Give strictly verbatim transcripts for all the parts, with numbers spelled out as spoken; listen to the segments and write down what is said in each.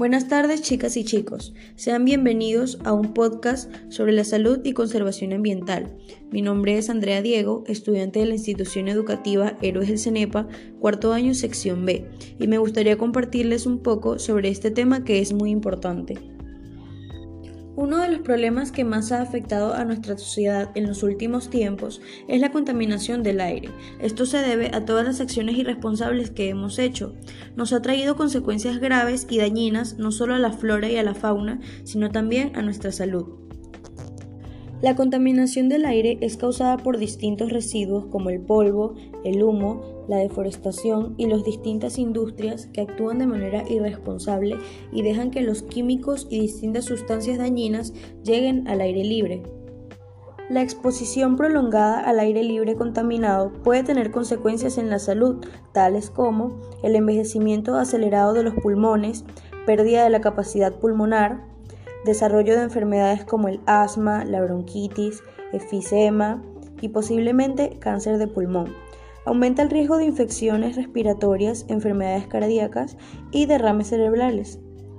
Buenas tardes, chicas y chicos. Sean bienvenidos a un podcast sobre la salud y conservación ambiental. Mi nombre es Andrea Diego, estudiante de la institución educativa Héroes del Cenepa, cuarto año, sección B, y me gustaría compartirles un poco sobre este tema que es muy importante. Uno de los problemas que más ha afectado a nuestra sociedad en los últimos tiempos es la contaminación del aire. Esto se debe a todas las acciones irresponsables que hemos hecho. Nos ha traído consecuencias graves y dañinas no solo a la flora y a la fauna, sino también a nuestra salud. La contaminación del aire es causada por distintos residuos como el polvo, el humo, la deforestación y las distintas industrias que actúan de manera irresponsable y dejan que los químicos y distintas sustancias dañinas lleguen al aire libre. La exposición prolongada al aire libre contaminado puede tener consecuencias en la salud, tales como el envejecimiento acelerado de los pulmones, pérdida de la capacidad pulmonar, desarrollo de enfermedades como el asma, la bronquitis, enfisema y posiblemente cáncer de pulmón. Aumenta el riesgo de infecciones respiratorias, enfermedades cardíacas y derrames cerebrales.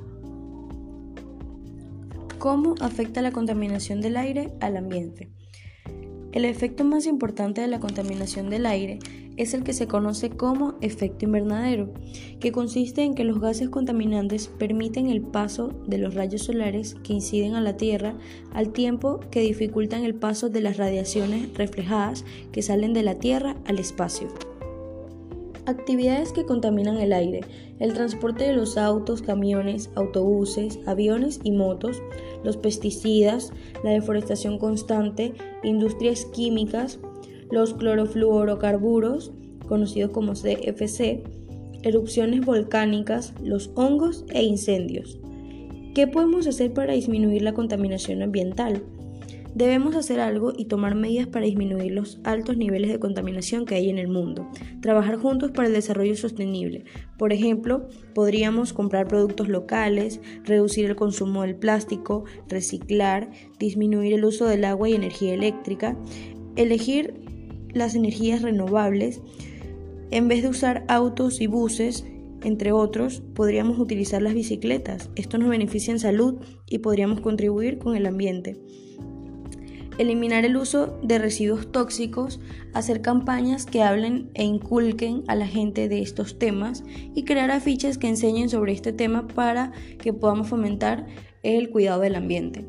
¿Cómo afecta la contaminación del aire al ambiente? El efecto más importante de la contaminación del aire es el que se conoce como efecto invernadero, que consiste en que los gases contaminantes permiten el paso de los rayos solares que inciden a la Tierra al tiempo que dificultan el paso de las radiaciones reflejadas que salen de la Tierra al espacio. Actividades que contaminan el aire: el transporte de los autos, camiones, autobuses, aviones y motos, los pesticidas, la deforestación constante, industrias químicas, los clorofluorocarburos, conocidos como C F C, erupciones volcánicas, los hongos e incendios. ¿Qué podemos hacer para disminuir la contaminación ambiental? Debemos hacer algo y tomar medidas para disminuir los altos niveles de contaminación que hay en el mundo. Trabajar juntos para el desarrollo sostenible. Por ejemplo, podríamos comprar productos locales, reducir el consumo del plástico, reciclar, disminuir el uso del agua y energía eléctrica, elegir las energías renovables. En vez de usar autos y buses, entre otros, podríamos utilizar las bicicletas. Esto nos beneficia en salud y podríamos contribuir con el ambiente. Eliminar el uso de residuos tóxicos, hacer campañas que hablen e inculquen a la gente de estos temas y crear afiches que enseñen sobre este tema para que podamos fomentar el cuidado del ambiente.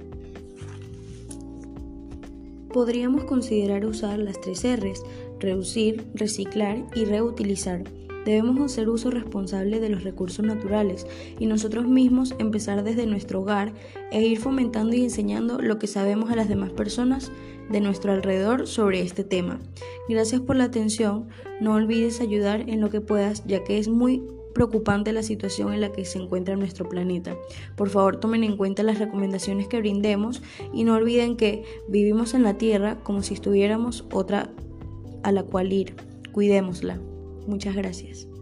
Podríamos considerar usar las tres R's: reducir, reciclar y reutilizar. Debemos hacer uso responsable de los recursos naturales y nosotros mismos empezar desde nuestro hogar e ir fomentando y enseñando lo que sabemos a las demás personas de nuestro alrededor sobre este tema. Gracias por la atención. No olvides ayudar en lo que puedas, ya que es muy preocupante la situación en la que se encuentra nuestro planeta. Por favor, tomen en cuenta las recomendaciones que brindemos y no olviden que vivimos en la Tierra como si estuviéramos otra a la cual ir. Cuidémosla. Muchas gracias.